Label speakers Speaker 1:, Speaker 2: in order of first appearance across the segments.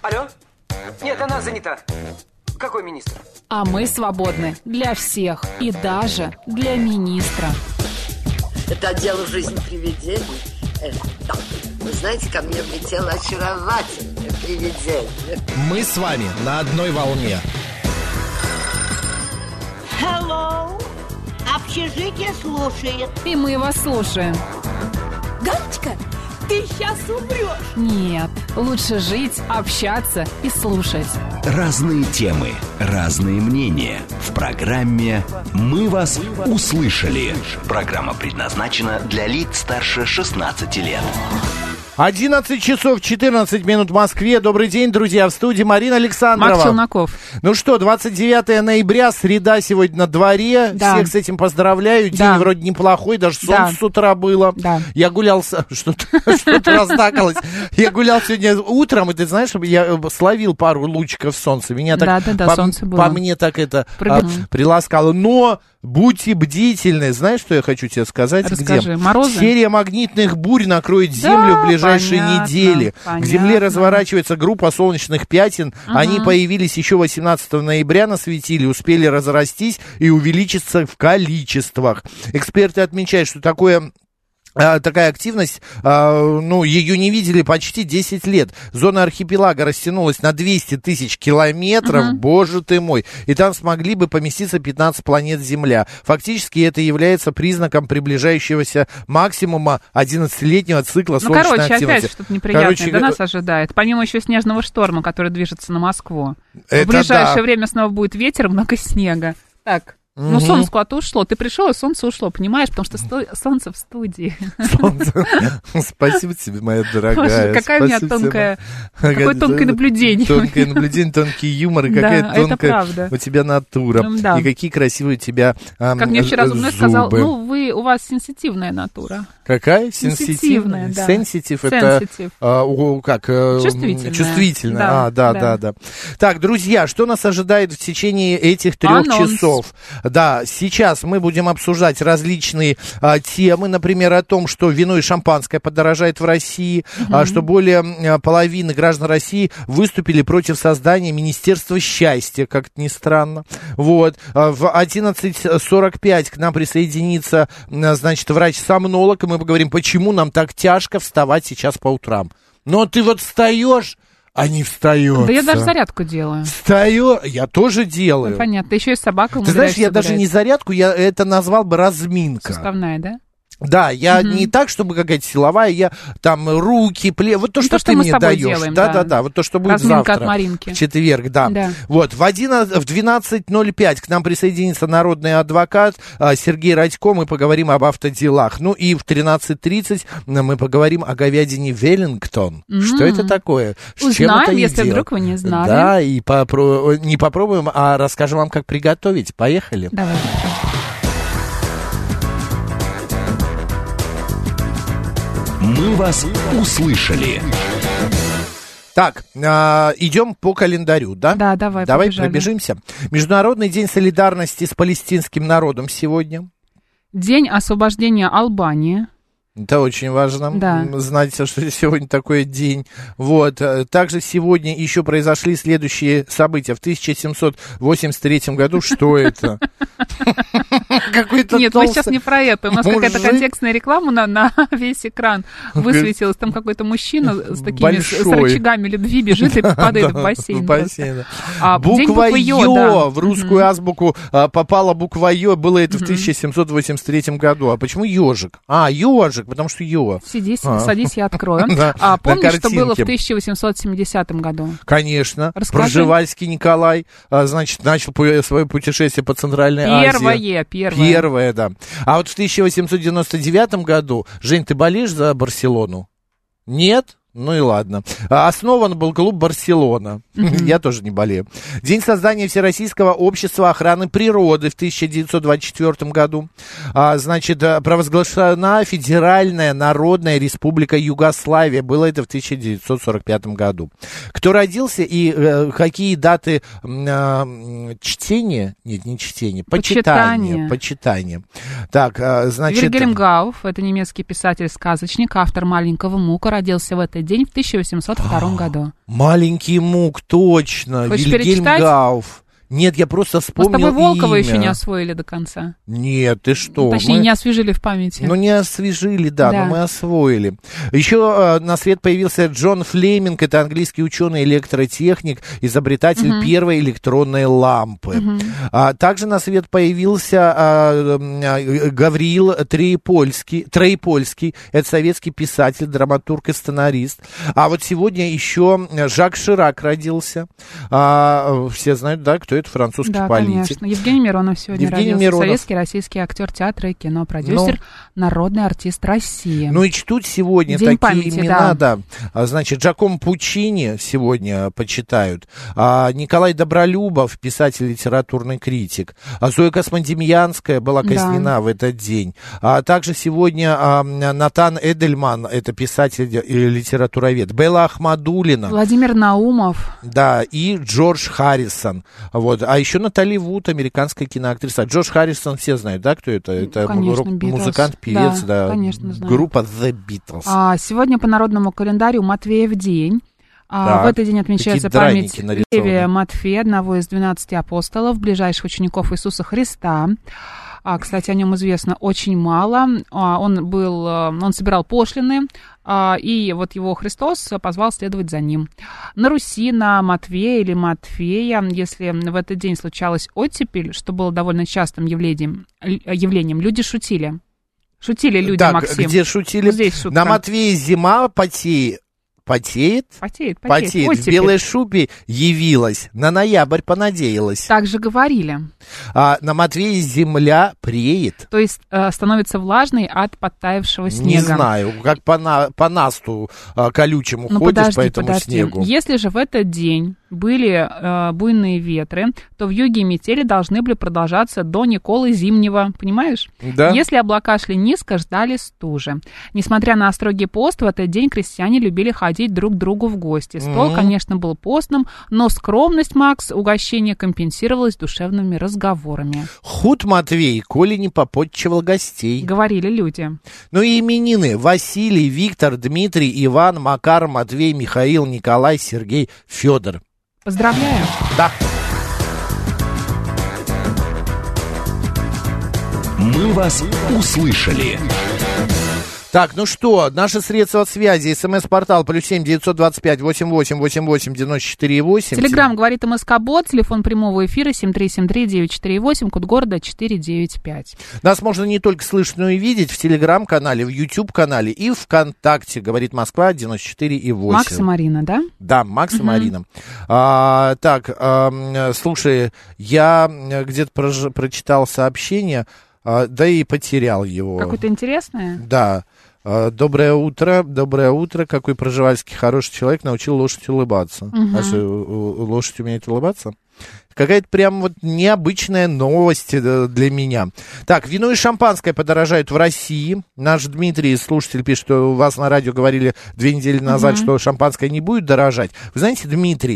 Speaker 1: Алло? Нет, она занята. Какой министр?
Speaker 2: А мы свободны для всех и даже для министра.
Speaker 3: Это отдел «Жизнь привидений». Да. Вы знаете, ко мне влетело очаровательное привидение.
Speaker 4: Мы с вами на одной волне.
Speaker 5: Hello. Общежитие слушает.
Speaker 2: И мы вас слушаем.
Speaker 5: Галочка, ты сейчас умрешь.
Speaker 2: Нет, лучше жить, общаться и слушать.
Speaker 6: Разные темы, разные мнения. В программе «Мы вас услышали». Программа предназначена для лиц старше 16 лет.
Speaker 4: 11 часов 14 минут в Москве. Добрый день, друзья. В студии Марина Александрова.
Speaker 2: Макс Челноков.
Speaker 4: Ну что, 29 ноября, среда сегодня на дворе.
Speaker 2: Да.
Speaker 4: Всех с этим поздравляю. День
Speaker 2: Да.
Speaker 4: вроде неплохой, даже солнце с утра было.
Speaker 2: Да.
Speaker 4: Я гулял, что-то раздакалось. Я гулял сегодня утром, и ты знаешь, я словил пару лучиков солнца. Меня так
Speaker 2: солнце было.
Speaker 4: по мне так это приласкало. Но будьте бдительны. Знаешь, что я хочу тебе сказать?
Speaker 2: Расскажи. Морозы?
Speaker 4: Серия магнитных бурь накроет Землю в ближайшие недели. К Земле разворачивается группа солнечных пятен. Они появились еще 18 ноября на светиле, успели разрастись и увеличиться в количествах. Эксперты отмечают, что такая активность, ее не видели почти 10 лет. Зона архипелага растянулась на 200 тысяч километров, боже ты мой. И там смогли бы поместиться 15 планет Земля. Фактически это является признаком приближающегося максимума 11-летнего цикла солнечной активности.
Speaker 2: Опять что-то неприятное до нас ожидает. Помимо еще снежного шторма, который движется на Москву. В ближайшее время снова будет ветер, много снега. Так. Ну, солнце куда-то ушло. Ты пришел, и солнце ушло, понимаешь? Потому что солнце в студии.
Speaker 4: Спасибо тебе, моя дорогая.
Speaker 2: Какая у меня какое тонкое наблюдение.
Speaker 4: Тонкое наблюдение, тонкий юмор, и какая тонкая у тебя натура. И какие красивые у тебя зубы.
Speaker 2: Как мне вчера зубной сказал, у вас сенситивная натура.
Speaker 4: Какая?
Speaker 2: Сенситивная, да.
Speaker 4: Сенситив, это как? Чувствительная. Да. Так, друзья, что нас ожидает в течение этих 3 часов? Да, сейчас мы будем обсуждать различные темы, например, о том, что вино и шампанское подорожает в России, что более половины граждан России выступили против создания Министерства счастья, как ни странно. Вот. В 11:45 к нам присоединится, значит, врач-сомнолог, и мы поговорим, почему нам так тяжко вставать сейчас по утрам. Но ты вот встаешь... А не встает.
Speaker 2: Да я даже зарядку делаю.
Speaker 4: Встаю, я тоже делаю.
Speaker 2: Ну, понятно, еще и собака.
Speaker 4: Ты знаешь, я даже не зарядку, я это назвал бы разминка.
Speaker 2: Суставная, да?
Speaker 4: Да, я не так, чтобы какая-то силовая, я там руки, вот то, что ты мне даешь.
Speaker 2: Делаем,
Speaker 4: да, вот то, что будет
Speaker 2: разминка
Speaker 4: завтра,
Speaker 2: от Маринки.
Speaker 4: в четверг, да. Вот, в 12:05 к нам присоединится народный адвокат Сергей Радько, мы поговорим об автоделах. Ну и в 13:30 мы поговорим о говядине Веллингтон. Что это такое?
Speaker 2: Узнаем, если вдруг вы не знали.
Speaker 4: Да, и не попробуем, а расскажем вам, как приготовить. Поехали.
Speaker 2: Давай.
Speaker 6: Мы вас услышали.
Speaker 4: Так, идем по календарю, да?
Speaker 2: Да, давай
Speaker 4: пробежимся. Международный день солидарности с палестинским народом сегодня.
Speaker 2: День освобождения Албании.
Speaker 4: Это очень важно, знать, что сегодня такой день. Вот. Также сегодня еще произошли следующие события. В 1783 году, что это?
Speaker 2: Нет, мы сейчас не про это. У нас какая-то контекстная реклама на весь экран высветилась. Там какой-то мужчина с такими с рычагами любви бежит и падает в бассейн.
Speaker 4: Буква Ё в русскую азбуку попала буква Ё. Было это в 1783 году. А почему ежик? Ежик. Потому что Ё.
Speaker 2: Садись, я открою. Помнишь, что было в 1870 году?
Speaker 4: Конечно.
Speaker 2: Расскажи.
Speaker 4: Пржевальский Николай, значит, начал свое путешествие по Центральной Азии. Первое, да. А вот в 1899 году, Жень, ты болеешь за Барселону? Нет? Ну и ладно. Основан был клуб «Барселона». Я тоже не болею. День создания Всероссийского общества охраны природы в 1924 году. Значит, провозглашена Федеральная Народная Республика Югославия. Было это в 1945 году. Кто родился и какие даты чтения? Нет, не чтения. Почитания. Так, значит...
Speaker 2: Вильгельм Гауф, это немецкий писатель-сказочник, автор «Маленького Мука», родился в этот этот день в 1802 году.
Speaker 4: Маленький Мук, точно.
Speaker 2: Хочешь
Speaker 4: Вильгельм
Speaker 2: перечитать?
Speaker 4: Гауф. Нет, я просто вспомнил
Speaker 2: имя. Мы с тобой Волкова
Speaker 4: имя.
Speaker 2: еще не освоили до конца.
Speaker 4: Нет, ты что?
Speaker 2: Точнее, не освежили в памяти.
Speaker 4: Ну, не освежили, да, но мы освоили. Еще на свет появился Джон Флеминг, это английский ученый-электротехник, изобретатель первой электронной лампы. Также на свет появился Гавриил Троепольский, это советский писатель, драматург и сценарист. А вот сегодня еще Жак Ширак родился. Все знают, да, кто это, французский политик.
Speaker 2: Да, конечно. Евгений Миронов сегодня родился. Советский, российский актер театра и кино, продюсер, народный артист России.
Speaker 4: Ну и чтут сегодня
Speaker 2: День
Speaker 4: такие
Speaker 2: памяти,
Speaker 4: имена, да. Значит, Джакомо Пуччини сегодня почитают. Николай Добролюбов, писатель, литературный критик. Зоя Космодемьянская была казнена в этот день. Также сегодня Натан Эдельман, это писатель и литературовед. Белла Ахмадуллина.
Speaker 2: Владимир Наумов.
Speaker 4: Да, и Джордж Харрисон. Вот. А еще Натали Вуд, американская киноактриса. Джордж Харрисон все знают, да, кто это? Это музыкант, певец, да.
Speaker 2: Конечно, знаю.
Speaker 4: Группа The Beatles.
Speaker 2: Сегодня по народному календарю Матвеев день. В этот день отмечается память Левия Матфея, одного из 12 апостолов, ближайших учеников Иисуса Христа. Кстати, о нем известно очень мало. Он собирал пошлины, и вот его Христос позвал следовать за ним. На Руси на Матвея или Матфея, если в этот день случалась оттепель, что было довольно частым явлением, люди шутили. Шутили люди, так, Максим.
Speaker 4: Где шутили?
Speaker 2: Вот здесь шутка.
Speaker 4: На Матвея зима потеет. Потеет. В белой шубе явилась, на ноябрь понадеялась.
Speaker 2: Так же говорили.
Speaker 4: На Матвея земля преет.
Speaker 2: То есть становится влажной от подтаявшего снега.
Speaker 4: Не знаю, как по насту колючему ходишь по этому снегу.
Speaker 2: Если же в этот день были буйные ветры, то в юге метели должны были продолжаться до Николы Зимнего, понимаешь?
Speaker 4: Да.
Speaker 2: Если облака шли низко, ждали стужи. Несмотря на строгий пост, в этот день крестьяне любили ходить друг к другу в гости. Стол, конечно, был постным, но скромность, Макс, угощение компенсировалась душевными разговорами.
Speaker 4: Худ Матвей, коли не попотчевал гостей.
Speaker 2: Говорили люди.
Speaker 4: Ну и именины: Василий, Виктор, Дмитрий, Иван, Макар, Матвей, Михаил, Николай, Сергей, Федор.
Speaker 2: Поздравляю.
Speaker 4: Да.
Speaker 6: Мы вас услышали.
Speaker 4: Так, ну что, наши средства связи, СМС-портал +7 925 88 88 94 8.
Speaker 2: Телеграм говорит МСК-бот, телефон прямого эфира 7373948, код города 495.
Speaker 4: Нас можно не только слышать, но и видеть в Телеграм-канале, в YouTube-канале и ВКонтакте, говорит Москва 94,8.
Speaker 2: Макс и Марина, да?
Speaker 4: Да, Макс и Марина. Слушай, я где-то прочитал сообщение, да и потерял его.
Speaker 2: Какое-то интересное?
Speaker 4: Да. Доброе утро, какой проживальский хороший человек научил лошадь улыбаться. А что, лошадь умеет улыбаться? Какая-то прям вот необычная новость для меня. Так, вино и шампанское подорожают в России. Наш Дмитрий, слушатель, пишет, что у вас на радио говорили 2 недели назад, что шампанское не будет дорожать. Вы знаете, Дмитрий,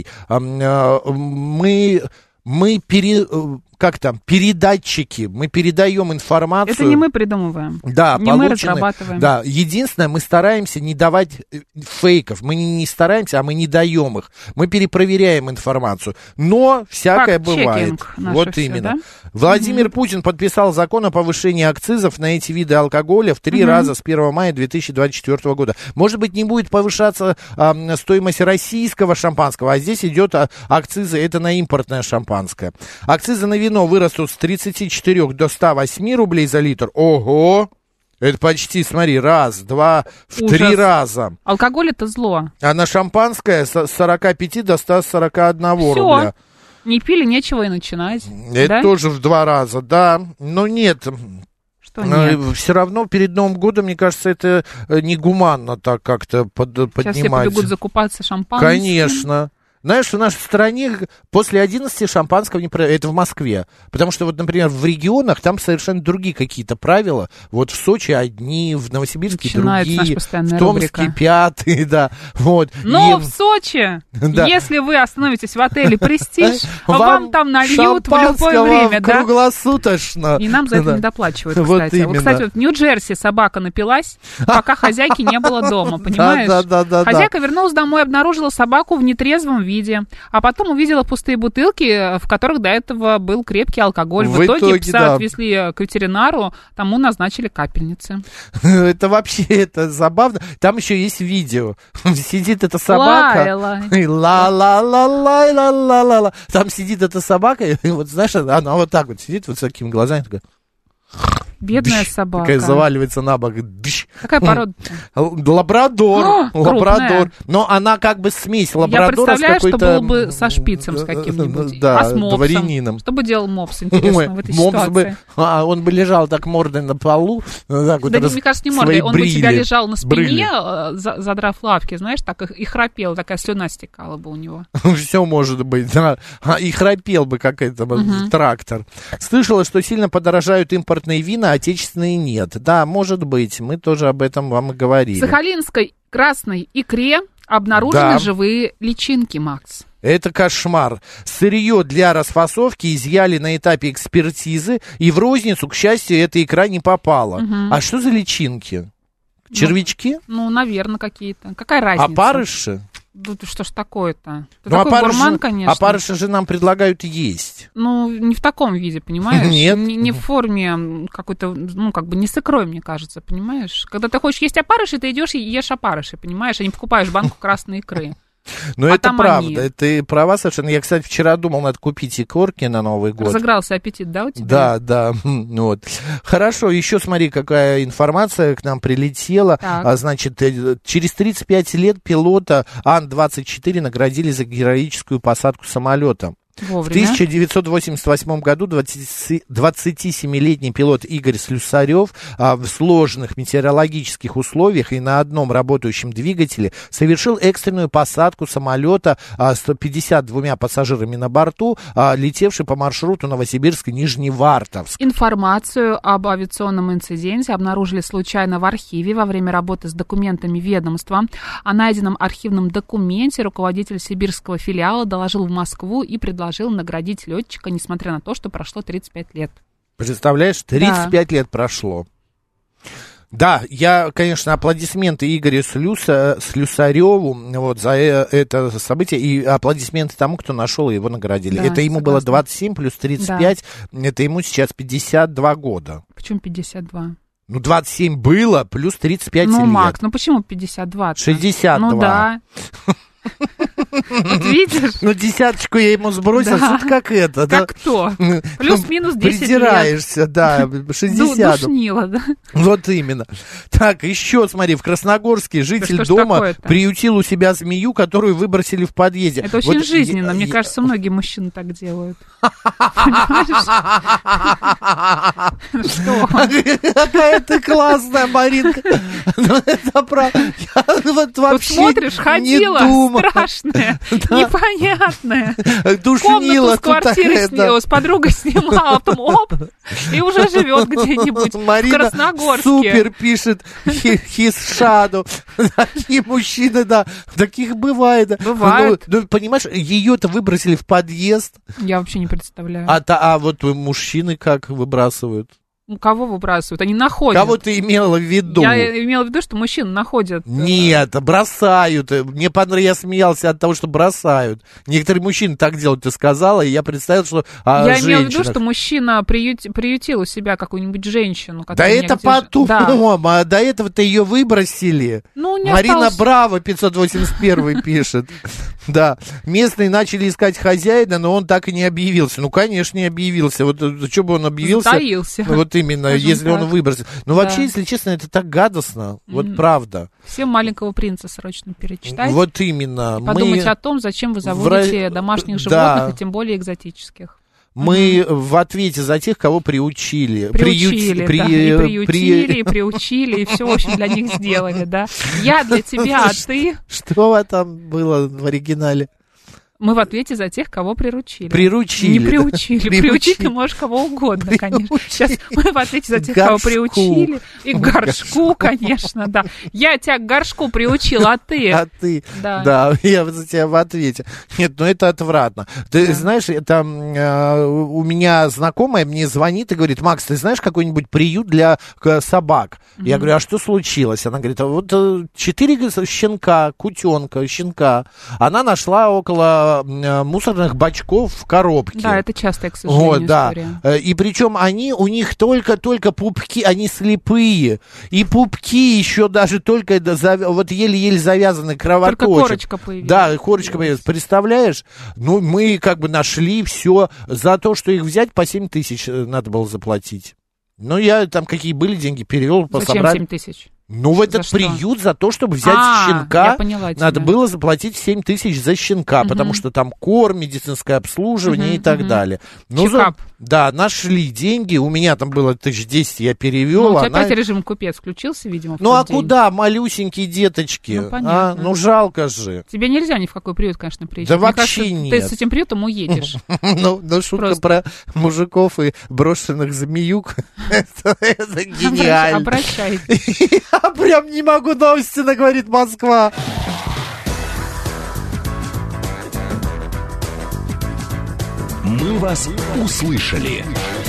Speaker 4: мы передатчики, мы передаем информацию.
Speaker 2: Это не мы придумываем.
Speaker 4: Да,
Speaker 2: не мы разрабатываем.
Speaker 4: Да, единственное, мы стараемся не давать фейков. Мы не стараемся, а мы не даем их. Мы перепроверяем информацию. Но всякое бывает. Вот
Speaker 2: все,
Speaker 4: именно.
Speaker 2: Да?
Speaker 4: Владимир Путин подписал закон о повышении акцизов на эти виды алкоголя в 3 раза с 1 мая 2024 года. Может быть, не будет повышаться стоимость российского шампанского, а здесь идет акцизы, это на импортное шампанское. Акцизы на вино вырастут с 34 до 108 рублей за литр. Ого! Это почти, смотри, раз, два, в 3 раза.
Speaker 2: Алкоголь — это зло.
Speaker 4: А на шампанское с 45 до 141 рубля.
Speaker 2: Не пили, нечего и начинать.
Speaker 4: Это тоже в 2 раза, да. Но нет.
Speaker 2: Что нет?
Speaker 4: Все равно перед Новым годом, мне кажется, это негуманно так как-то поднимать.
Speaker 2: Сейчас все побегут закупаться шампанским.
Speaker 4: Конечно. Знаешь, в нашей стране после 11 шампанского не продают. Это в Москве. Потому что, вот, например, в регионах там совершенно другие какие-то правила. Вот в Сочи одни, в Новосибирске другие, в Томске пятые, да. Вот.
Speaker 2: Но в Сочи, если вы остановитесь в отеле «Престиж», вам там нальют в любое время, да?
Speaker 4: Круглосуточно.
Speaker 2: И нам за это не доплачивают, кстати. Вот, кстати, вот в Нью-Джерси собака напилась, пока хозяйки не было дома, понимаешь?
Speaker 4: Да.
Speaker 2: Хозяйка вернулась домой, обнаружила собаку в нетрезвом виде, а потом увидела пустые бутылки, в которых до этого был крепкий алкоголь. В итоге пса отвезли к ветеринару, тому назначили капельницы.
Speaker 4: Это вообще, это забавно. Там еще есть видео. Сидит эта собака. Ла-ла-ла-ла-ла-ла-ла-ла. Там сидит эта собака, и вот, знаешь, она вот так вот сидит, вот с такими глазами, такая...
Speaker 2: Бедная собака.
Speaker 4: Такая заваливается на бок.
Speaker 2: Какая порода?
Speaker 4: Лабрадор. Лабрадор. Но она как бы смесь лабрадора с какой-то...
Speaker 2: Я представляю, что было бы со шпицем с каким-нибудь.
Speaker 4: Да,
Speaker 2: с мопсом.
Speaker 4: дворянином.
Speaker 2: Что бы делал мопс, интересно, в этой ситуации?
Speaker 4: Он бы лежал так мордой на полу.
Speaker 2: Да, мне кажется, не мордой. Он бы у тебя лежал на спине, задрав лапки, знаешь, так и храпел. Такая слюна стекала бы у него.
Speaker 4: Все может быть, да. И храпел бы, как это, трактор. Слышала, что сильно подорожают импортные вина, отечественные нет. Да, может быть, мы тоже об этом вам и говорили.
Speaker 2: В сахалинской красной икре обнаружены живые личинки, Макс.
Speaker 4: Это кошмар. Сырье для расфасовки изъяли на этапе экспертизы, и в розницу, к счастью, эта икра не попала. А что за личинки? Червячки?
Speaker 2: Ну, наверное, какие-то. Какая разница?
Speaker 4: Опарыши?
Speaker 2: Что ж такое-то? Ты
Speaker 4: такой
Speaker 2: гурман, конечно.
Speaker 4: Опарыши же нам предлагают есть.
Speaker 2: Ну, не в таком виде, понимаешь?
Speaker 4: Нет.
Speaker 2: Не в форме какой-то, ну, как бы не с икрой, мне кажется, понимаешь? Когда ты хочешь есть опарыши, ты идешь и ешь опарыши, понимаешь? А не покупаешь банку красной икры.
Speaker 4: Ну, это правда, ты права совершенно. Я, кстати, вчера думал, надо купить икорки на Новый год.
Speaker 2: Разыгрался аппетит, да, у тебя?
Speaker 4: Да, вот. Хорошо, еще смотри, какая информация к нам прилетела. Значит, через 35 лет пилота Ан-24 наградили за героическую посадку самолета.
Speaker 2: Вовремя.
Speaker 4: В 1988 году 27-летний пилот Игорь Слюсарев в сложных метеорологических условиях и на одном работающем двигателе совершил экстренную посадку самолета с 52 пассажирами на борту, летевший по маршруту Новосибирск-Нижневартовск.
Speaker 2: Информацию об авиационном инциденте обнаружили случайно в архиве во время работы с документами ведомства. О найденном архивном документе руководитель сибирского филиала доложил в Москву и предложил наградить летчика, несмотря на то, что прошло 35 лет.
Speaker 4: Представляешь, 35 лет прошло. Да, я, конечно, аплодисменты Игорю Слюсареву вот, за это событие, и аплодисменты тому, кто нашел и его наградили. Да, это ему было 27 плюс 35, это ему сейчас 52 года.
Speaker 2: Почему 52?
Speaker 4: Ну, 27 было, плюс 35 лет.
Speaker 2: Ну, Макс, ну почему 52?
Speaker 4: 62.
Speaker 2: Ну, да. Вот видишь?
Speaker 4: Ну, десяточку я ему сбросил,
Speaker 2: да.
Speaker 4: Тут как это.
Speaker 2: Как да? Кто? Плюс-минус 10
Speaker 4: Придираешься,
Speaker 2: лет.
Speaker 4: Да, 60.
Speaker 2: Душнило, да?
Speaker 4: Вот именно. Так, еще, смотри, в Красногорске житель дома приютил у себя змею, которую выбросили в подъезде.
Speaker 2: Это очень жизненно, мне кажется, многие мужчины так делают. Что?
Speaker 4: Какая ты классная, Маринка. Ну, это правда. Вот
Speaker 2: смотришь, ходила. Страшная, непонятная.
Speaker 4: Душнила
Speaker 2: комнату с квартиры с подругой снимала, потом оп, и уже живет где-нибудь в Красногорске.
Speaker 4: Супер пишет his shadow. Такие мужчины, да, таких бывает.
Speaker 2: Бывает.
Speaker 4: Ну, понимаешь, ее-то выбросили в подъезд.
Speaker 2: Я вообще не представляю.
Speaker 4: А вот мужчины как выбрасывают?
Speaker 2: Кого выбрасывают? Они находят.
Speaker 4: Кого ты имела в виду?
Speaker 2: Я имела в виду, что мужчин находят.
Speaker 4: Нет, бросают. Я смеялся от того, что бросают. Некоторые мужчины так делают, ты сказала, и я представил, что
Speaker 2: я имела в виду, что мужчина приютил у себя какую-нибудь женщину.
Speaker 4: Да это потом, а до этого-то ее выбросили.
Speaker 2: Ну, не
Speaker 4: Марина
Speaker 2: осталось...
Speaker 4: Браво, 581 пишет. Да, местные начали искать хозяина, но он так и не объявился. Ну, конечно, не объявился. Вот что бы он объявился?
Speaker 2: Затаился.
Speaker 4: Вот именно, если он выбросил. Ну, вообще, если честно, это так гадостно. Вот правда.
Speaker 2: Всем «Маленького принца» срочно перечитать.
Speaker 4: Вот именно.
Speaker 2: И подумать о том, зачем вы заводите домашних животных, и тем более экзотических.
Speaker 4: Мы в ответе за тех, кого приучили.
Speaker 2: Приучили, и все, в общем, для них сделали, да. Я для тебя, а ты?
Speaker 4: Что там было в оригинале?
Speaker 2: Мы в ответе за тех, кого приручили.
Speaker 4: Приручили.
Speaker 2: Не приучили. Приучить ты можешь кого угодно, конечно. Сейчас мы в ответе за тех, кого приучили. И к горшку, конечно, да. Я тебя к горшку приучила, а ты?
Speaker 4: А ты, да, я за тебя в ответе. Нет, ну это отвратно. Ты знаешь, это у меня знакомая мне звонит и говорит: Макс, ты знаешь какой-нибудь приют для собак? Я говорю: а что случилось? Она говорит: а вот 4 щенка, щенка, она нашла около мусорных бачков в коробке.
Speaker 2: Да, это частая, к сожалению, история.
Speaker 4: И причем у них только пупки, они слепые, и пупки еще даже только вот еле-еле завязаны, кровоточек.
Speaker 2: Только корочка появилась.
Speaker 4: Да, корочка появилась. Представляешь? Ну, мы как бы нашли все. За то, что их взять, по 7 тысяч надо было заплатить. Ну, я там какие были деньги перевел,
Speaker 2: Зачем 7 тысяч?
Speaker 4: Ну, в этот приют за то, чтобы взять щенка, надо было заплатить 7 тысяч за щенка, потому что там корм, медицинское обслуживание и так далее. Ну, да, нашли деньги, у меня там было 1010, я перевел.
Speaker 2: Ну, у тебя опять режим купец включился, видимо, в
Speaker 4: Ну,
Speaker 2: тот
Speaker 4: день. Куда, малюсенькие деточки?
Speaker 2: Ну, понятно.
Speaker 4: Ну, жалко же.
Speaker 2: Тебе нельзя ни в какой приют, конечно, приезжать.
Speaker 4: Да вообще нет.
Speaker 2: Ты с этим приютом уедешь.
Speaker 4: Ну, шутка про мужиков и брошенных змеюк, это гениально.
Speaker 2: Обращайтесь.
Speaker 4: Я прям не могу, новости говорит Москва.
Speaker 6: Мы вас услышали.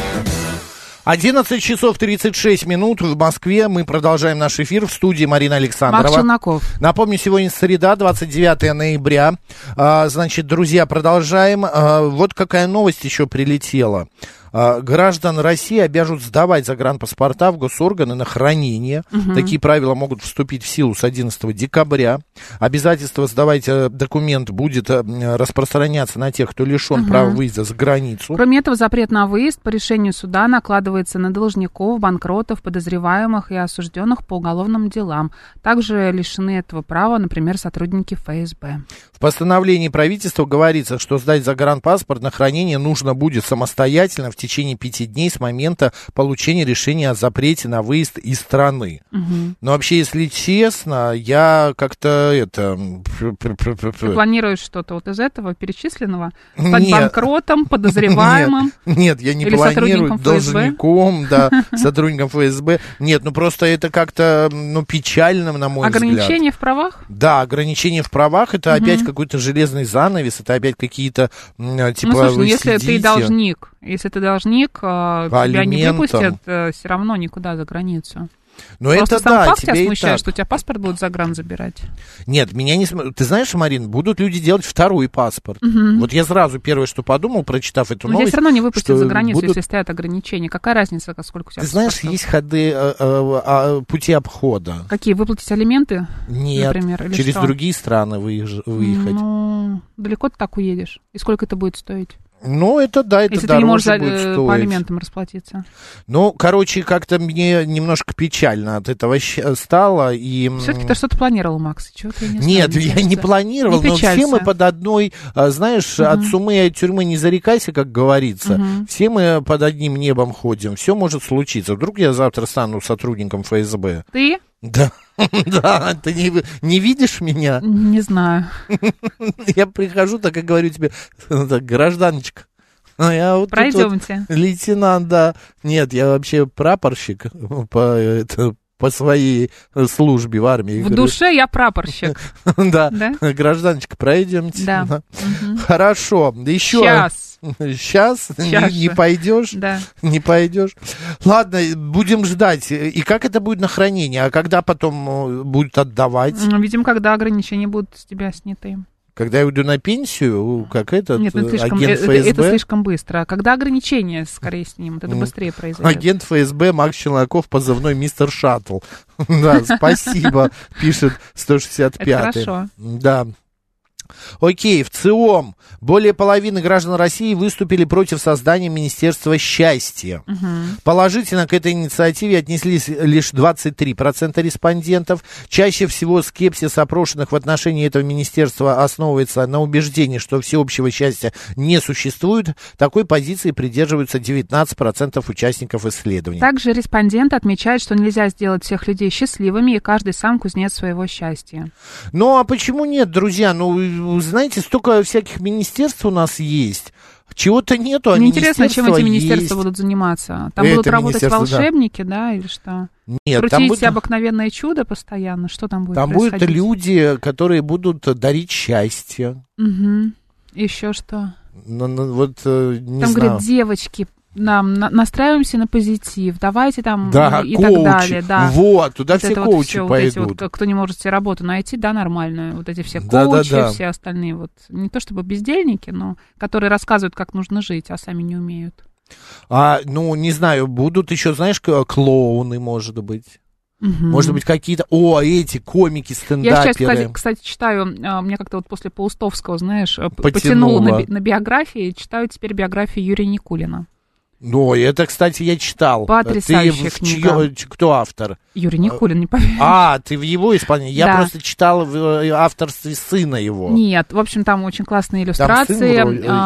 Speaker 4: 11 часов 36 минут в Москве. Мы продолжаем наш эфир. В студии Марина Александрова.
Speaker 2: Марк Челноков.
Speaker 4: Напомню, сегодня среда, 29 ноября. Значит, друзья, продолжаем. Вот какая новость еще прилетела. Граждан России обяжут сдавать загранпаспорта в госорганы на хранение. Такие правила могут вступить в силу с 11 декабря. Обязательство сдавать документ будет распространяться на тех, кто лишен права выезда за границу.
Speaker 2: Кроме этого, запрет на выезд по решению суда накладывается на должников, банкротов, подозреваемых и осужденных по уголовным делам. Также лишены этого права, например, сотрудники ФСБ.
Speaker 4: В постановлении правительства говорится, что сдать загранпаспорт на хранение нужно будет самостоятельно в течение 5 дней с момента получения решения о запрете на выезд из страны. Но вообще, если честно, я как-то
Speaker 2: Ты планируешь что-то вот из этого перечисленного? Стать банкротом, подозреваемым?
Speaker 4: Нет, я не планирую. Должником, да, сотрудником ФСБ. Нет, ну просто это как-то печально, на мой взгляд.
Speaker 2: Ограничения в правах?
Speaker 4: Да, ограничения в правах, это опять какой-то железный занавес, это опять какие-то, типа,
Speaker 2: слушай, вы если ты должник, тебя не выпустят все равно никуда за границу.
Speaker 4: Но
Speaker 2: просто
Speaker 4: это
Speaker 2: сам
Speaker 4: да,
Speaker 2: факт
Speaker 4: тебе
Speaker 2: тебя
Speaker 4: и
Speaker 2: смущает,
Speaker 4: так.
Speaker 2: Что у тебя паспорт будут загран забирать.
Speaker 4: Нет, меня не смущает. Ты знаешь, Марин, будут люди делать второй паспорт. Вот я сразу первое, что подумал, прочитав эту новость.
Speaker 2: Тебя все равно не выпустят за границу, если стоят ограничения. Какая разница, сколько у тебя
Speaker 4: Ты знаешь, есть ходы, пути обхода.
Speaker 2: Какие? Выплатить алименты?
Speaker 4: Нет,
Speaker 2: например, или
Speaker 4: через
Speaker 2: что?
Speaker 4: другие страны выехать.
Speaker 2: Ну, далеко ты так уедешь? И сколько это будет стоить?
Speaker 4: Ну, это да, это
Speaker 2: если
Speaker 4: дороже
Speaker 2: ты не
Speaker 4: будет
Speaker 2: можешь
Speaker 4: стоить.
Speaker 2: по алиментам расплатиться.
Speaker 4: Ну, короче, как-то мне немножко печально от этого стало. И...
Speaker 2: Все-таки ты что-то планировал, Макс? Чего-то я не знаю,
Speaker 4: Нет, я не планировал, но все мы под одной, знаешь, от сумы и от тюрьмы не зарекайся, как говорится. Все мы под одним небом ходим, все может случиться. Вдруг я завтра стану сотрудником ФСБ.
Speaker 2: Ты?
Speaker 4: Да, да, ты не видишь меня?
Speaker 2: Не знаю.
Speaker 4: Я прихожу, так и говорю тебе, так, гражданочка. Вот
Speaker 2: пройдемте.
Speaker 4: Вот лейтенант, да. Нет, я вообще прапорщик по своей службе в армии.
Speaker 2: В душе я прапорщик.
Speaker 4: Да, гражданочка, пройдемте.
Speaker 2: Да.
Speaker 4: Хорошо, еще... Сейчас? Не пойдешь?
Speaker 2: Да.
Speaker 4: Не пойдешь? Ладно, будем ждать. И как это будет на хранение? А когда потом будут отдавать?
Speaker 2: Видимо, когда ограничения будут с тебя сняты.
Speaker 4: Когда я уйду на пенсию, как этот
Speaker 2: Нет,
Speaker 4: агент ФСБ?
Speaker 2: Это слишком быстро. А когда ограничения скорее снимут, это быстрее произойдет.
Speaker 4: Агент ФСБ Макс Челноков, позывной мистер Шаттл. Да, спасибо, пишет 165-й.
Speaker 2: Это хорошо.
Speaker 4: Да. Окей, в ЦИОМ более половины граждан России выступили против создания Министерства счастья. Положительно к этой инициативе отнеслись лишь 23% респондентов. Чаще всего скепсис опрошенных в отношении этого министерства основывается на убеждении, что всеобщего счастья не существует. Такой позиции придерживаются 19% участников исследования.
Speaker 2: Также респонденты отмечают, что нельзя сделать всех людей счастливыми, и каждый сам кузнец своего счастья.
Speaker 4: Ну, а почему нет, друзья? Ну, знаете, столько всяких министерств у нас есть. Чего-то нету, а
Speaker 2: мне интересно, чем эти министерства будут заниматься. Там будут работать волшебники, да, или что?
Speaker 4: Нет,
Speaker 2: крутить
Speaker 4: там будет...
Speaker 2: обыкновенное чудо постоянно. Что там будет
Speaker 4: Там
Speaker 2: происходить?
Speaker 4: будут люди, которые будут дарить счастье.
Speaker 2: Угу. Еще что?
Speaker 4: Вот, не
Speaker 2: там
Speaker 4: знаю.
Speaker 2: говорят, девочки, настраиваемся на позитив, давайте там
Speaker 4: да,
Speaker 2: и
Speaker 4: коучи.
Speaker 2: Так далее. Да.
Speaker 4: Вот, туда
Speaker 2: вот
Speaker 4: все коучи
Speaker 2: вот
Speaker 4: пойдут.
Speaker 2: Вот эти вот, кто не может себе работу найти, да, нормальную. Вот эти все коучи,
Speaker 4: да.
Speaker 2: все остальные, вот не то чтобы бездельники, но которые рассказывают, как нужно жить, а сами не умеют.
Speaker 4: Ну, не знаю, будут еще, знаешь, клоуны, может быть.
Speaker 2: Угу.
Speaker 4: Может быть, какие-то... эти комики, стендаперы.
Speaker 2: Я сейчас, кстати, читаю, мне как-то вот после Паустовского, знаешь, потянуло на биографии, читаю теперь биографию Юрия Никулина.
Speaker 4: Ну, это, кстати, я читал.
Speaker 2: Потрясающая книга.
Speaker 4: Кто автор?
Speaker 2: Юрий Никулин, не поверишь.
Speaker 4: Ты в его исполнении? Я просто читал в авторстве сына его.
Speaker 2: Нет, в общем, там очень классные иллюстрации,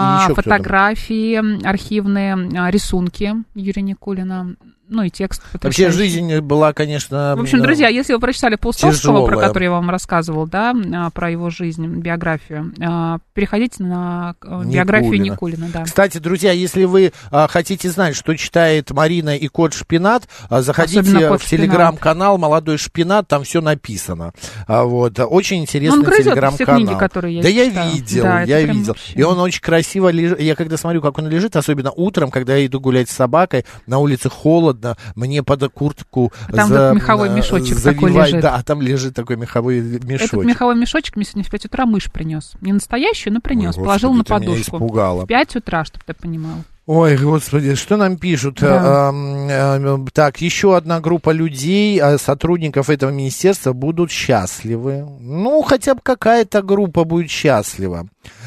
Speaker 2: фотографии, архивные рисунки Юрия Никулина. Ну и текст.
Speaker 4: Вообще жизнь была, конечно...
Speaker 2: В общем, друзья, если вы прочитали Паустовского, про который я вам рассказывал, да, про его жизнь, биографию, переходите на биографию Никулина. Да.
Speaker 4: Кстати, друзья, если вы хотите знать, что читает Марина и Кот Шпинат, заходите в телеграм-канал «Молодой Шпинат», там все написано. Вот. Очень интересный телеграм-канал.
Speaker 2: Все книги, которые я
Speaker 4: читаю. Я видел. И он очень красиво лежит. Я когда смотрю, как он лежит, особенно утром, когда я иду гулять с собакой, на улице холодно, мне под куртку
Speaker 2: там меховой мешочек такой лежит.
Speaker 4: Да, там лежит такой меховой мешочек.
Speaker 2: Этот меховой мешочек мне сегодня в 5 утра мышь принес. Не настоящую, но принес. Положил на подушку. В 5 утра, чтобы ты понимал.
Speaker 4: Ой, господи, что нам пишут? Да. Так, еще одна группа людей, сотрудников этого министерства будут счастливы. Ну, хотя бы какая-то группа будет счастлива.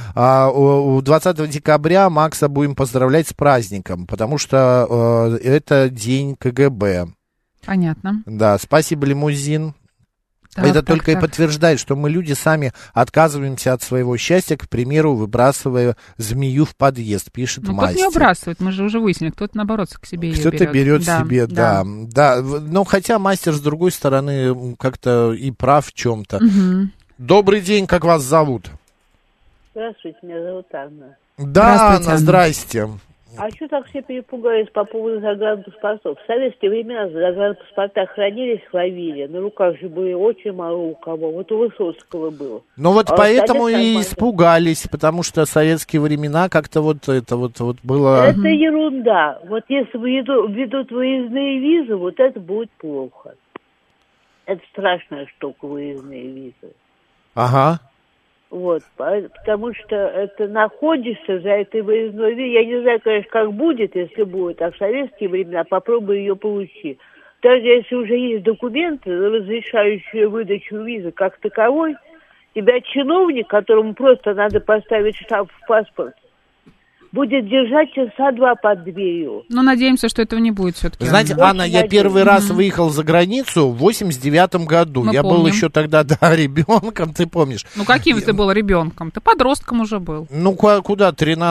Speaker 4: 20 декабря Макса будем поздравлять с праздником, потому что это день КГБ.
Speaker 2: Понятно.
Speaker 4: Да, спасибо, лимузин. Это только и подтверждает, что мы, люди, сами отказываемся от своего счастья, к примеру, выбрасывая змею в подъезд, пишет мастер.
Speaker 2: Кто-то не выбрасывает, мы же уже выяснили, кто-то, наоборот, к себе ее берет.
Speaker 4: Кто-то берет себе, да. Но хотя мастер, с другой стороны, как-то и прав в чем-то. Угу. Добрый день, как вас зовут?
Speaker 7: Здравствуйте, меня зовут Анна.
Speaker 4: Да, Анна, здрасте.
Speaker 7: А что так все перепугались по поводу загранпаспортов? В советские времена загранпаспорта хранились в Вавиле. На руках же были очень мало у кого. Вот у Высоцкого было.
Speaker 4: Ну вот поэтому и испугались, потому что советские времена как-то вот это вот было...
Speaker 7: Это ерунда. Вот если введут выездные визы, вот это будет плохо. Это страшная штука, выездные визы.
Speaker 4: Ага.
Speaker 7: Вот, потому что это находишься за этой выездной визой. Я не знаю, конечно, как будет, если будет, а в советские времена попробуй ее получить. Даже если уже есть документы, разрешающие выдачу визы как таковой, тебя чиновник, которому просто надо поставить штамп в паспорт, будет держать часа 2 под дверью.
Speaker 2: Ну, надеемся, что этого не будет все-таки.
Speaker 4: Знаете, Анна, я первый раз выехал за границу в 89-м году. Я был еще тогда, ребенком, ты помнишь.
Speaker 2: Ну, каким ты был ребенком? Ты подростком уже был.
Speaker 4: Ну, куда?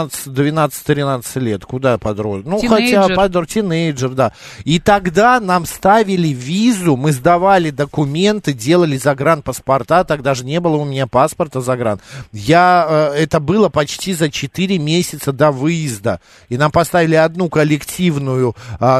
Speaker 4: 12-13 лет. Куда подросток? Ну,
Speaker 2: тинейджер.
Speaker 4: Хотя тинейджер, да. И тогда нам ставили визу, мы сдавали документы, делали загранпаспорта. Тогда же не было у меня паспорта загран. Это было почти за 4 месяца до выезда, и нам поставили одну коллективную,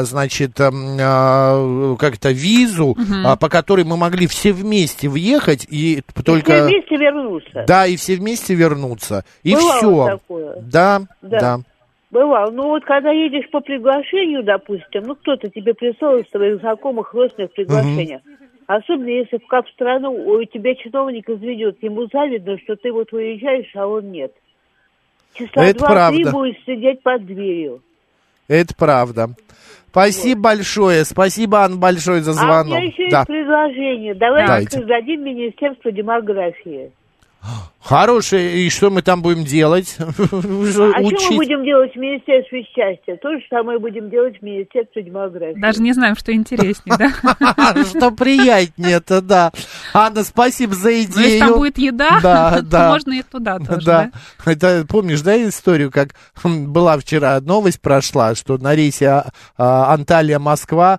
Speaker 4: визу, по которой мы могли все вместе въехать и только...
Speaker 7: все вместе вернуться.
Speaker 4: Да, и все вместе вернуться. И
Speaker 7: бывало
Speaker 4: все.
Speaker 7: Такое.
Speaker 4: Да.
Speaker 7: Бывало. Ну вот когда едешь по приглашению, допустим, кто-то тебе прислал из своих знакомых, родственных приглашения. Особенно если в как страну у тебя чиновник изведет, ему завидно, что ты вот выезжаешь, а он нет. Часа 2-3 будешь сидеть под дверью.
Speaker 4: Это правда. Спасибо большое. Спасибо, Анна, большое за звонок.
Speaker 7: А у меня еще есть предложение. Давайте создадим Министерство демографии.
Speaker 4: Хорошее. И что мы там будем делать?
Speaker 7: А что мы будем делать в Министерстве счастья? То же самое будем делать в Министерстве демографии.
Speaker 2: Даже не знаем, что интереснее, да?
Speaker 4: Что приятнее-то, да. Анна, спасибо за идею.
Speaker 2: Но если там будет еда, то можно и туда тоже, да?
Speaker 4: Это, помнишь, да, историю, как была вчера новость прошла, что на рейсе Анталия-Москва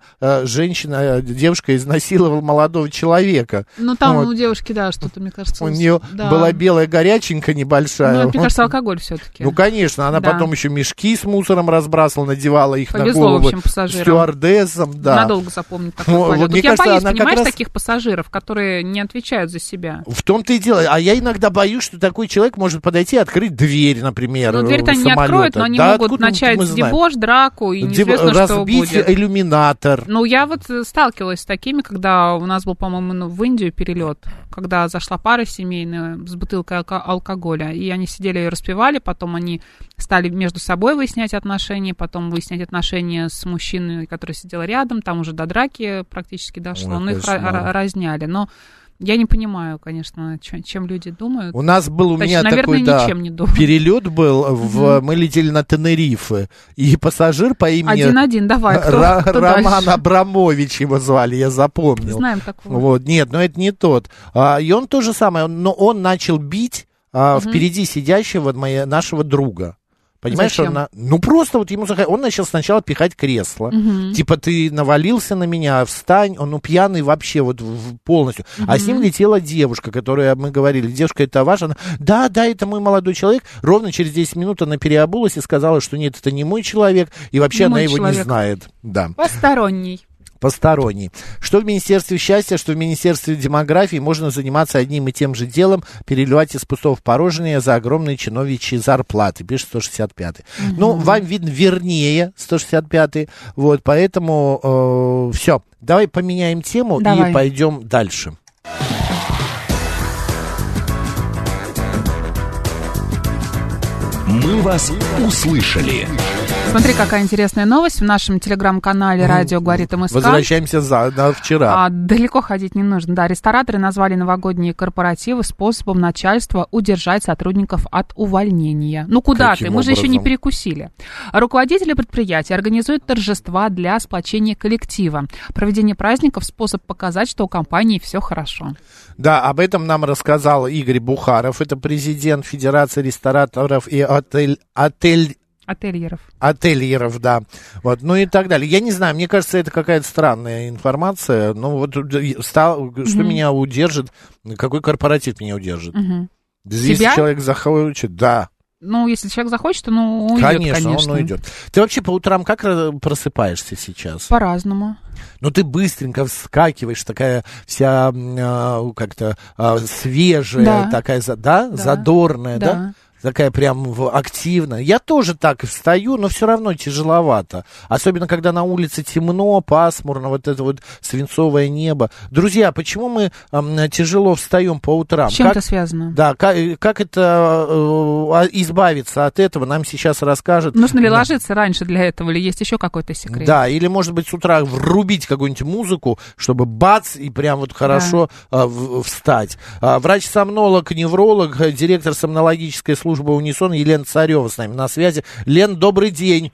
Speaker 4: девушка изнасиловала молодого человека.
Speaker 2: Ну, там у девушки, да, что-то, мне кажется,
Speaker 4: у нее была белая белая горяченькая небольшая.
Speaker 2: Ну, мне кажется, алкоголь все-таки.
Speaker 4: Ну, конечно, она потом еще мешки с мусором разбрасывала, надевала их на голову.
Speaker 2: В общем, пассажирам.
Speaker 4: Стюардессам, да.
Speaker 2: Надолго запомнить такой полет. Вот я боюсь, понимаешь, таких пассажиров, которые не отвечают за себя.
Speaker 4: В том-то и дело. А я иногда боюсь, что такой человек может подойти и открыть дверь, например,
Speaker 2: ну, дверь-то они не откроют, но они могут начать дебош, драку, и неизвестно, что будет.
Speaker 4: Разбить иллюминатор.
Speaker 2: Ну, я вот сталкивалась с такими, когда у нас был, по-моему, в Индию перелет, когда зашла пара семейная с бутылкой алкоголя, и они сидели и распивали, потом они стали между собой выяснять отношения, потом выяснять отношения с мужчиной, который сидел рядом, там уже до драки практически дошло, но их разняли, но... Я не понимаю, конечно, чем люди думают.
Speaker 4: У нас был у меня такой, перелет был, мы летели на Тенерифе, и пассажир по имени...
Speaker 2: 1-1, давай, кто
Speaker 4: Роман Абрамович его звали, я запомнил.
Speaker 2: Знаем такого.
Speaker 4: Вот, нет, но это не тот. И он то же самое, но он начал бить впереди сидящего нашего друга. Понимаешь, ну просто вот ему он начал сначала пихать кресло, типа ты навалился на меня, встань, он пьяный вообще вот полностью. А с ним летела девушка, которая, мы говорили, девушка это ваша, да, это мой молодой человек. Ровно через 10 минут она переобулась и сказала, что нет, это не мой человек, и вообще она его не знает. Да. Посторонний. Что в Министерстве счастья, что в Министерстве демографии можно заниматься одним и тем же делом, переливать из пустого в порожнее за огромные чиновничьи зарплаты, пишет 165-й. Ну, вам видно вернее 165-й, вот, поэтому все. Давай поменяем тему и пойдем дальше.
Speaker 6: Мы вас услышали.
Speaker 2: Смотри, какая интересная новость. В нашем телеграм-канале «Радио говорит МСК».
Speaker 4: Возвращаемся вчера.
Speaker 2: Далеко ходить не нужно. Да, рестораторы назвали новогодние корпоративы способом начальства удержать сотрудников от увольнения. Ну куда Каким ты? Мы образом? Же еще не перекусили. Руководители предприятий организуют торжества для сплочения коллектива. Проведение праздников – способ показать, что у компании все хорошо.
Speaker 4: Да, об этом нам рассказал Игорь Бухаров. Это президент Федерации рестораторов и Ательеров, да. Вот, ну и так далее. Я не знаю, мне кажется, это какая-то странная информация. Ну вот что меня удержит, какой корпоратив меня удержит? Если человек захочет, да.
Speaker 2: Ну, если человек захочет, то уйдет, конечно.
Speaker 4: Он уйдет. Ты вообще по утрам как просыпаешься сейчас?
Speaker 2: По-разному.
Speaker 4: Ну, ты быстренько вскакиваешь, такая вся как-то свежая, такая, задорная, да? Такая прям активная. Я тоже так встаю, но все равно тяжеловато. Особенно, когда на улице темно, пасмурно, вот это вот свинцовое небо. Друзья, почему мы тяжело встаем по утрам?
Speaker 2: С чем это связано?
Speaker 4: Да, как это избавиться от этого, нам сейчас расскажет.
Speaker 2: Нужно ли ложиться раньше для этого, или есть еще какой-то секрет?
Speaker 4: Да, или, может быть, с утра врубить какую-нибудь музыку, чтобы бац, и прям вот хорошо встать. Врач-сомнолог, невролог, директор сомнологической службы «Унисон» Елена Царева с нами на связи. Лен, добрый день.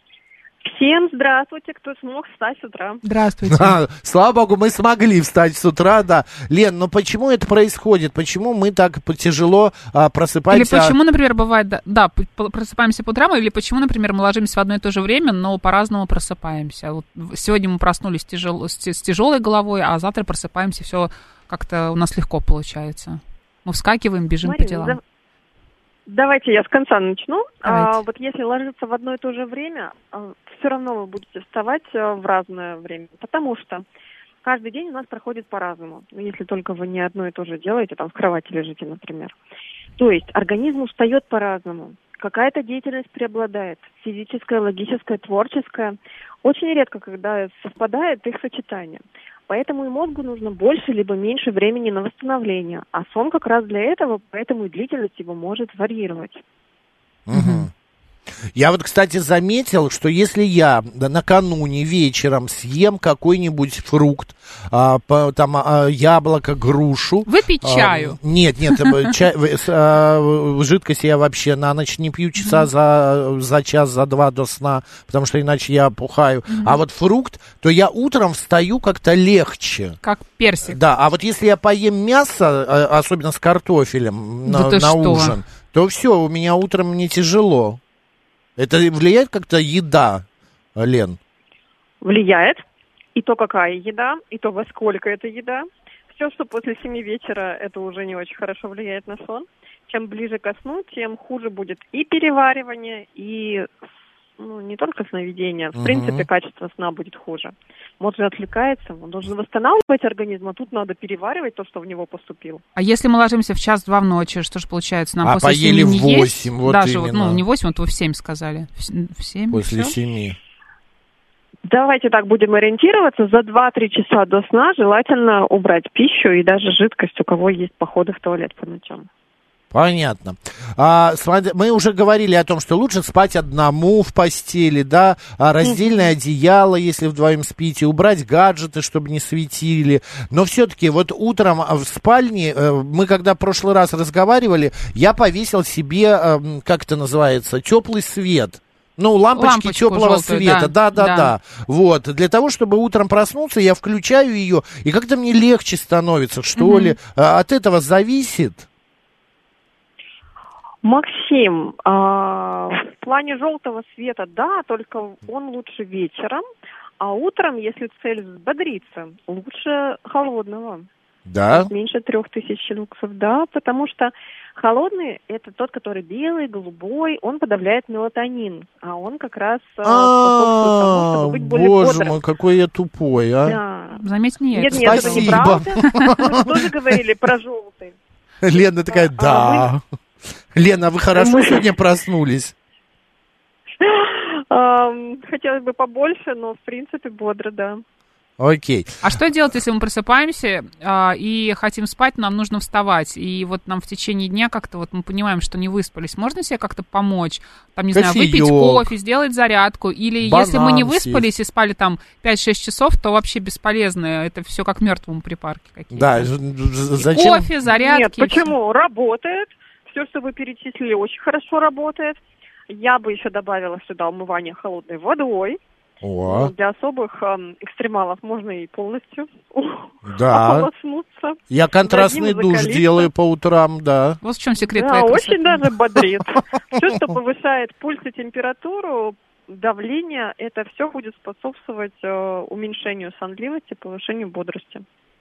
Speaker 8: Всем здравствуйте, кто смог встать с утра.
Speaker 2: Здравствуйте.
Speaker 4: Слава богу, мы смогли встать с утра, да. Лен, но почему это происходит? Почему мы так тяжело просыпаемся?
Speaker 2: Или почему, например, бывает, просыпаемся по утрам, или почему, например, мы ложимся в одно и то же время, но по-разному просыпаемся. Вот сегодня мы проснулись с тяжелой головой, а завтра просыпаемся, все как-то у нас легко получается. Мы вскакиваем, бежим по делам.
Speaker 8: Давайте я с конца начну. Вот если ложиться в одно и то же время, все равно вы будете вставать в разное время, потому что каждый день у нас проходит по-разному. Если только вы не одно и то же делаете, там в кровати лежите, например. То есть организм устает по-разному. Какая-то деятельность преобладает, физическая, логическая, творческая. Очень редко, когда совпадает их сочетание. Поэтому и мозгу нужно больше либо меньше времени на восстановление. А сон как раз для этого, поэтому и длительность его может варьировать.
Speaker 4: Угу. Я вот, кстати, заметил, что если я накануне вечером съем какой-нибудь фрукт, яблоко, грушу...
Speaker 2: Выпить чаю.
Speaker 4: Нет, жидкость я вообще на ночь не пью, часа за час, за два до сна, потому что иначе я опухаю. А вот фрукт, то я утром встаю как-то легче.
Speaker 2: Как персик.
Speaker 4: Да, а вот если я поем мясо, особенно с картофелем на ужин, то все, у меня утром не тяжело. Это влияет как-то еда, Лен?
Speaker 8: Влияет. И то, какая еда, и то, во сколько это еда. Все, что после 7 вечера, это уже не очень хорошо влияет на сон. чем ближе ко сну, тем хуже будет и переваривание, и не только сновидение, в принципе, качество сна будет хуже. Мозг же отвлекается, он должен восстанавливать организм, а тут надо переваривать то, что в него поступило.
Speaker 2: А если мы ложимся в 1-2 ночи, что же получается? Нам после
Speaker 4: поели
Speaker 2: 7 не
Speaker 4: в 8,
Speaker 2: есть?
Speaker 4: вот
Speaker 2: даже
Speaker 4: именно.
Speaker 2: не 8, вот вы в 7 сказали. В 7?
Speaker 4: После
Speaker 2: все?
Speaker 4: 7.
Speaker 8: Давайте так будем ориентироваться. За 2-3 часа до сна желательно убрать пищу и даже жидкость, у кого есть походы в туалет по ночам.
Speaker 4: Понятно. Смотри, мы уже говорили о том, что лучше спать одному в постели, да, раздельное одеяло, если вдвоем спите, убрать гаджеты, чтобы не светили. Но все-таки вот утром в спальне, мы когда в прошлый раз разговаривали, я повесил себе, как это называется, теплый свет. Лампочку теплого желтую, света, да. Вот, для того, чтобы утром проснуться, я включаю ее, и как-то мне легче становится, что ли. От этого зависит?
Speaker 8: Максим, в плане желтого света, да, только он лучше вечером, а утром, если цель взбодриться, лучше холодного.
Speaker 4: Да?
Speaker 8: Меньше 3000 люксов, да, потому что холодный – это тот, который белый, голубой, он подавляет мелатонин, а он как раз способствует тому, чтобы быть более бодрым.
Speaker 4: Боже мой, какой я тупой, а?
Speaker 8: Да.
Speaker 2: Заметь, нет.
Speaker 8: Нет, это неправда. Мы тоже говорили про желтый.
Speaker 4: Лена такая, да. Лена, вы хорошо сегодня проснулись?
Speaker 8: Хотелось бы побольше, но в принципе бодро, да.
Speaker 4: Окей.
Speaker 2: А что делать, если мы просыпаемся и хотим спать, нам нужно вставать, и вот нам в течение дня как-то вот мы понимаем, что не выспались, можно себе как-то помочь? Там, не знаю, выпить кофе, сделать зарядку, или если мы не выспались и спали там 5-6 часов, то вообще бесполезно, это все как мертвому припарке какие-то.
Speaker 4: Да, зачем?
Speaker 2: Кофе, зарядки.
Speaker 8: Нет, почему? Работает. Все, что вы перечислили, очень хорошо работает. Я бы еще добавила сюда умывание холодной водой. Для особых экстремалов можно и полностью ополоснуться.
Speaker 4: Я контрастный душ делаю по утрам, да.
Speaker 2: Вот в чем секрет.
Speaker 8: Да, очень даже бодрит. Все, что повышает пульс и температуру, давление, это все будет способствовать уменьшению сонливости, повышению бодрости.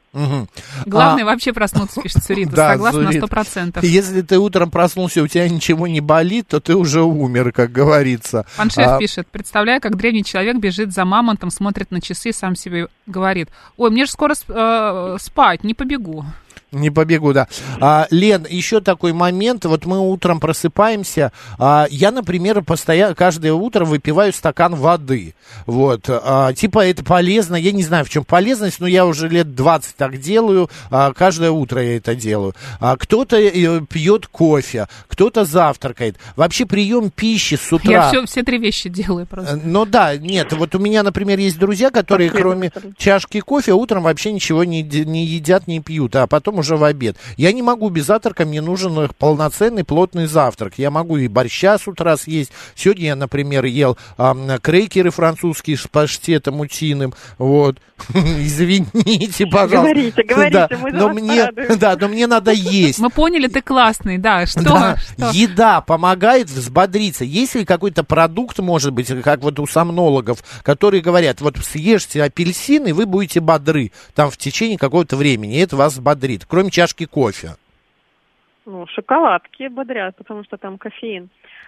Speaker 2: Главное вообще проснуться, пишет Сурита, да, согласна на 100%.
Speaker 4: Если ты утром проснулся, у тебя ничего не болит, то ты уже умер, как говорится.
Speaker 2: Паншев пишет, представляю, как древний человек бежит за мамонтом, смотрит на часы, сам себе говорит, ой, мне же скоро спать, не побегу.
Speaker 4: Не побегу, да. Лен, еще такой момент. Вот мы утром просыпаемся. Я, например, каждое утро выпиваю стакан воды. Вот. Типа это полезно. Я не знаю, в чем полезность, но я уже лет 20 так делаю. Каждое утро я это делаю. Кто-то пьет кофе, кто-то завтракает. Вообще прием пищи с утра.
Speaker 2: Я все 3 вещи делаю просто.
Speaker 4: Ну да, нет. Вот у меня, например, есть друзья, которые кроме чашки кофе утром вообще ничего не едят, не пьют. А потом уже в обед. Я не могу без завтрака, мне нужен полноценный плотный завтрак. Я могу и борща с утра съесть. Сегодня я, например, ел крекеры французские с паштетом утиным. Вот. Извините, пожалуйста.
Speaker 8: Говорите, мы за вас
Speaker 4: но мне надо есть.
Speaker 2: Мы поняли, ты классный, да. Что?
Speaker 4: Еда помогает взбодриться. Есть ли какой-то продукт, может быть, как вот у сомнологов, которые говорят, вот съешьте апельсин, и вы будете бодры там в течение какого-то времени, и это вас бодрит, кроме чашки кофе.
Speaker 8: Шоколадки бодрят, потому что там кофеин.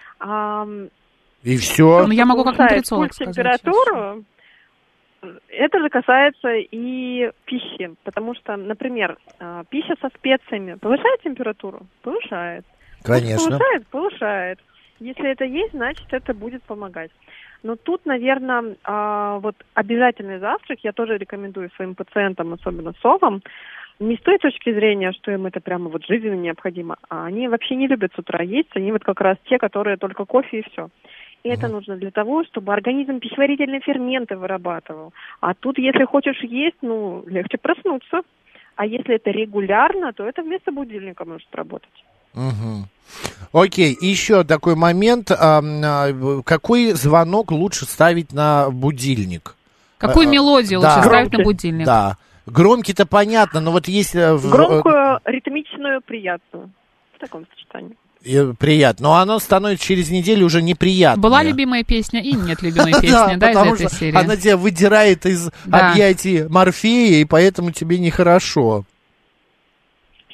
Speaker 4: И все.
Speaker 2: Ну, я могу как нутрициолог сказать.
Speaker 8: Температуру. Это же касается и пищи, потому что, например, пища со специями повышает температуру? Повышает.
Speaker 4: Конечно.
Speaker 8: Повышает. Если это есть, значит, это будет помогать. Но тут, наверное, вот обязательный завтрак я тоже рекомендую своим пациентам, особенно совам, не с той точки зрения, что им это прямо вот жизненно необходимо, а они вообще не любят с утра есть, они вот как раз те, которые только кофе и все. И это нужно для того, чтобы организм пищеварительные ферменты вырабатывал. А тут, если хочешь есть, легче проснуться. А если это регулярно, то это вместо будильника может работать.
Speaker 4: Окей, еще такой момент. Какой звонок лучше ставить на будильник?
Speaker 2: Какую мелодию лучше ставить на будильник?
Speaker 4: Да. Громкий-то понятно, но вот есть...
Speaker 8: Громкую, ритмичную, приятную. В таком сочетании.
Speaker 4: Приятно, но оно становится через неделю уже неприятно.
Speaker 2: Была любимая песня и нет любимой песни, да, из этой серии.
Speaker 4: Она тебя выдирает из объятий Морфея, и поэтому тебе нехорошо.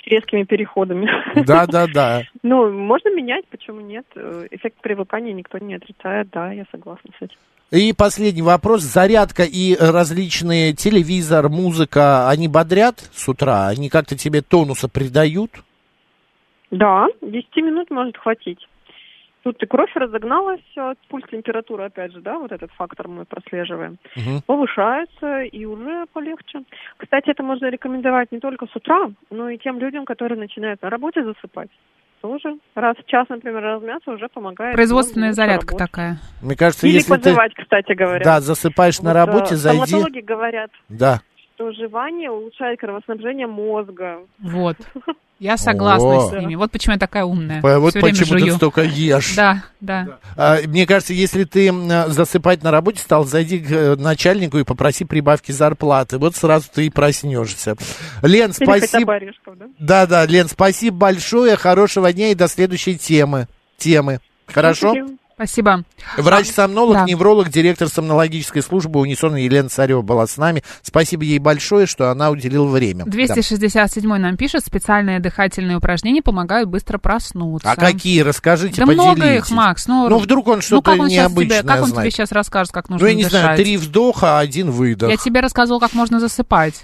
Speaker 8: резкими переходами.
Speaker 4: Да.
Speaker 8: Ну, можно менять, почему нет? Эффект привыкания никто не отрицает, да, я согласна с этим.
Speaker 4: И последний вопрос. Зарядка и различные телевизор, музыка, они бодрят с утра? Они как-то тебе тонуса придают?
Speaker 8: Да, 10 минут может хватить. Тут и кровь разогналась, пульс, температура, опять же, да, вот этот фактор мы прослеживаем, повышается, и уже полегче. Кстати, это можно рекомендовать не только с утра, но и тем людям, которые начинают на работе засыпать. Тоже раз в час, например, размяться уже помогает.
Speaker 2: Производственная зарядка такая.
Speaker 4: Мне кажется,
Speaker 8: или
Speaker 4: если
Speaker 8: подзывать, кстати говоря.
Speaker 4: Да, засыпаешь вот, на работе, зайди.
Speaker 8: Стоматологи говорят,
Speaker 4: да,
Speaker 8: что жевание улучшает кровоснабжение мозга.
Speaker 2: Вот. Я согласна с ними. Вот почему я такая умная.
Speaker 4: Вот почему ты столько ешь.
Speaker 2: Да.
Speaker 4: Мне кажется, если ты засыпать на работе стал, зайди к начальнику и попроси прибавки зарплаты. Вот сразу ты и проснешься. Лен, спасибо. Да, Лен, спасибо большое. Хорошего дня и до следующей темы. Хорошо?
Speaker 2: Спасибо.
Speaker 4: Врач-сомнолог, невролог, директор сомнологической службы Унисон Елена Царева была с нами. Спасибо ей большое, что она уделила время.
Speaker 2: 267-й нам пишет, специальные дыхательные упражнения помогают быстро проснуться.
Speaker 4: А какие? Расскажите, поделитесь.
Speaker 2: Да много их, Макс.
Speaker 4: Ну, вдруг он что-то необычное
Speaker 2: как он тебе сейчас расскажет, как нужно дышать?
Speaker 4: Ну, я не знаю, 3 вдоха, 1 выдох.
Speaker 2: Я тебе рассказывала, как можно засыпать.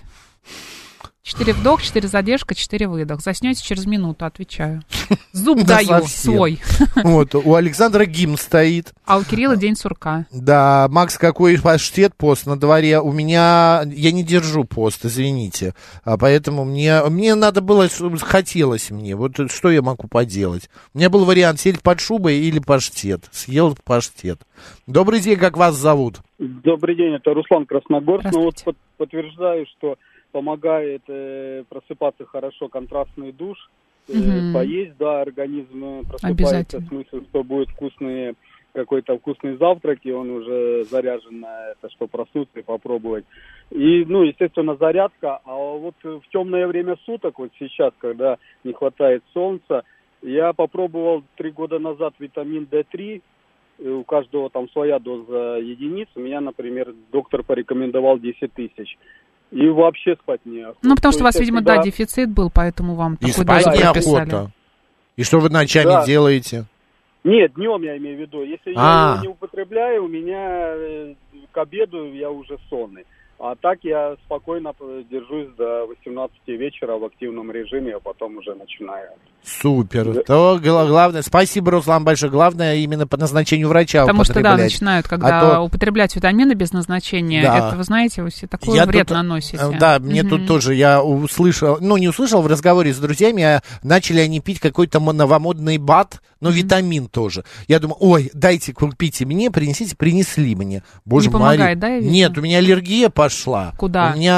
Speaker 2: 4 вдох, 4 задержка, 4 выдох. Заснете через минуту, отвечаю. Зуб даю свой.
Speaker 4: Вот, у Александра гимн стоит.
Speaker 2: А у Кирилла день сурка.
Speaker 4: Да, Макс, какой паштет, пост на дворе. У меня, я не держу пост, извините. Поэтому мне надо было, хотелось мне. Вот что я могу поделать? У меня был вариант сидеть под шубой или паштет. Съел паштет. Добрый день, как вас зовут?
Speaker 9: Добрый день, это Руслан Красногорск. Ну вот подтверждаю, что помогает просыпаться хорошо контрастный душ, поесть, да, организм просыпается, в смысле, что будет какой-то вкусный завтрак, и он уже заряжен на это, что проснуться и попробовать. И, ну, естественно, зарядка, а вот в темное время суток, вот сейчас, когда не хватает солнца, я попробовал 3 года назад витамин D3, у каждого там своя доза единиц, у меня, например, доктор порекомендовал 10 тысяч. И вообще спать неохота.
Speaker 2: Ну, потому что у вас, видимо, да, дефицит был, поэтому вам такой дозу прописали.
Speaker 4: И что вы ночами делаете?
Speaker 9: Нет, днем я имею в виду. Если я его не употребляю, у меня к обеду я уже сонный. А так я спокойно держусь до 18 вечера в активном режиме, а потом уже начинаю.
Speaker 4: Супер. Да. То главное, спасибо, Руслан, большое. Главное именно по назначению врача
Speaker 2: потому
Speaker 4: употреблять.
Speaker 2: Потому что, да, начинают, когда употреблять витамины без назначения, это, вы знаете, вы себе такой вред наносите.
Speaker 4: Да, мне тут тоже, я услышал, не услышал в разговоре с друзьями, начали они пить какой-то новомодный БАД, но витамин тоже. Я думаю, ой, дайте, купите мне, принесли мне. Боже мой.
Speaker 2: Не помогает, да?
Speaker 4: Нет, у меня аллергия пошла.
Speaker 2: Куда?
Speaker 4: У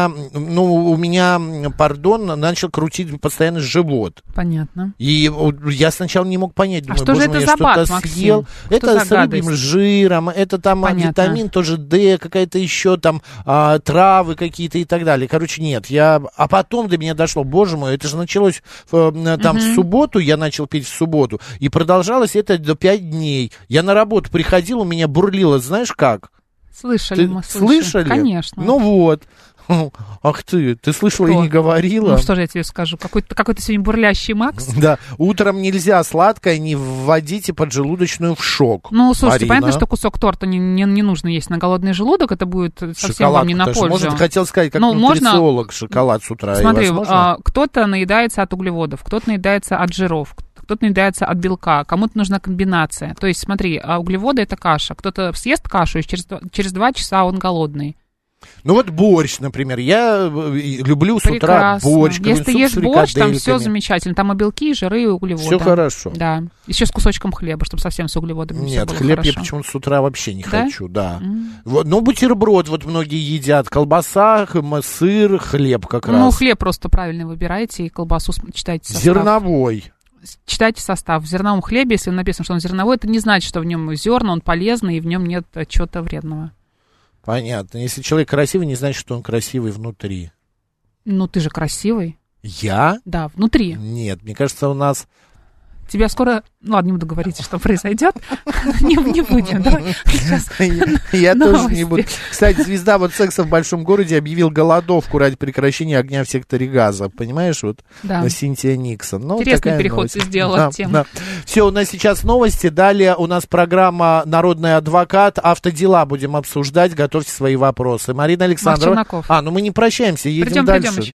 Speaker 4: меня, начал крутить постоянно живот.
Speaker 2: Понятно.
Speaker 4: И я сначала не мог понять, думаю,
Speaker 2: что же это за БАД, Максим?
Speaker 4: Это с рыбьим жиром, это там витамин тоже D, какая-то еще там травы какие-то и так далее. Короче, нет, а потом до меня дошло, боже мой, это же началось в субботу, я начал пить в субботу, и продолжалось это до 5 дней. Я на работу приходил, у меня бурлило, знаешь как?
Speaker 2: Слышали? Конечно.
Speaker 4: Ну вот. Ах ты слышала и не говорила?
Speaker 2: Ну что же я тебе скажу, какой-то сегодня бурлящий Макс.
Speaker 4: Да, утром нельзя сладкое, не вводите поджелудочную в шок.
Speaker 2: Ну, слушайте, понятно, что кусок торта не нужно есть на голодный желудок, это будет совсем вам не на пользу.
Speaker 4: Может, хотел сказать, как нутрициолог, шоколад с утра.
Speaker 2: Смотри, кто-то наедается от углеводов, кто-то наедается от жиров, кто-то наедается от белка, кому-то нужна комбинация. То есть, смотри, углеводы — это каша. Кто-то съест кашу, и через 2 часа он голодный.
Speaker 4: Ну вот борщ, например, я люблю с утра борщ.
Speaker 2: Если ты ешь борщ, там все замечательно, там и белки, и жиры, и углеводы.
Speaker 4: Все хорошо.
Speaker 2: Да, еще с кусочком хлеба, чтобы совсем с углеводами все было
Speaker 4: хлеб
Speaker 2: хорошо.
Speaker 4: Я почему-то с утра вообще не хочу, да. Вот, бутерброд вот многие едят, колбаса, сыр, хлеб как раз.
Speaker 2: Ну, хлеб просто правильно выбирайте, и колбасу читайте состав.
Speaker 4: Зерновой.
Speaker 2: Читайте состав. В зерновом хлебе, если написано, что он зерновой, это не значит, что в нем зерна, он полезный, и в нем нет чего-то вредного.
Speaker 4: Понятно. Если человек красивый, не значит, что он красивый внутри.
Speaker 2: Ну, ты же красивый.
Speaker 4: Я?
Speaker 2: Да, внутри.
Speaker 4: Нет, мне кажется, у нас
Speaker 2: Тебя скоро... Ну, ладно, не буду говорить, что произойдет. Не будем.
Speaker 4: Я тоже не буду. Кстати, звезда вот секса в большом городе объявил голодовку ради прекращения огня в секторе Газа. Понимаешь, вот Синтия Никсон.
Speaker 2: Интересный переход ты сделала тему.
Speaker 4: Все, у нас сейчас новости. Далее у нас программа «Народный адвокат». Автодела будем обсуждать. Готовьте свои вопросы. Марина Александровна. Ну мы не прощаемся, едем дальше.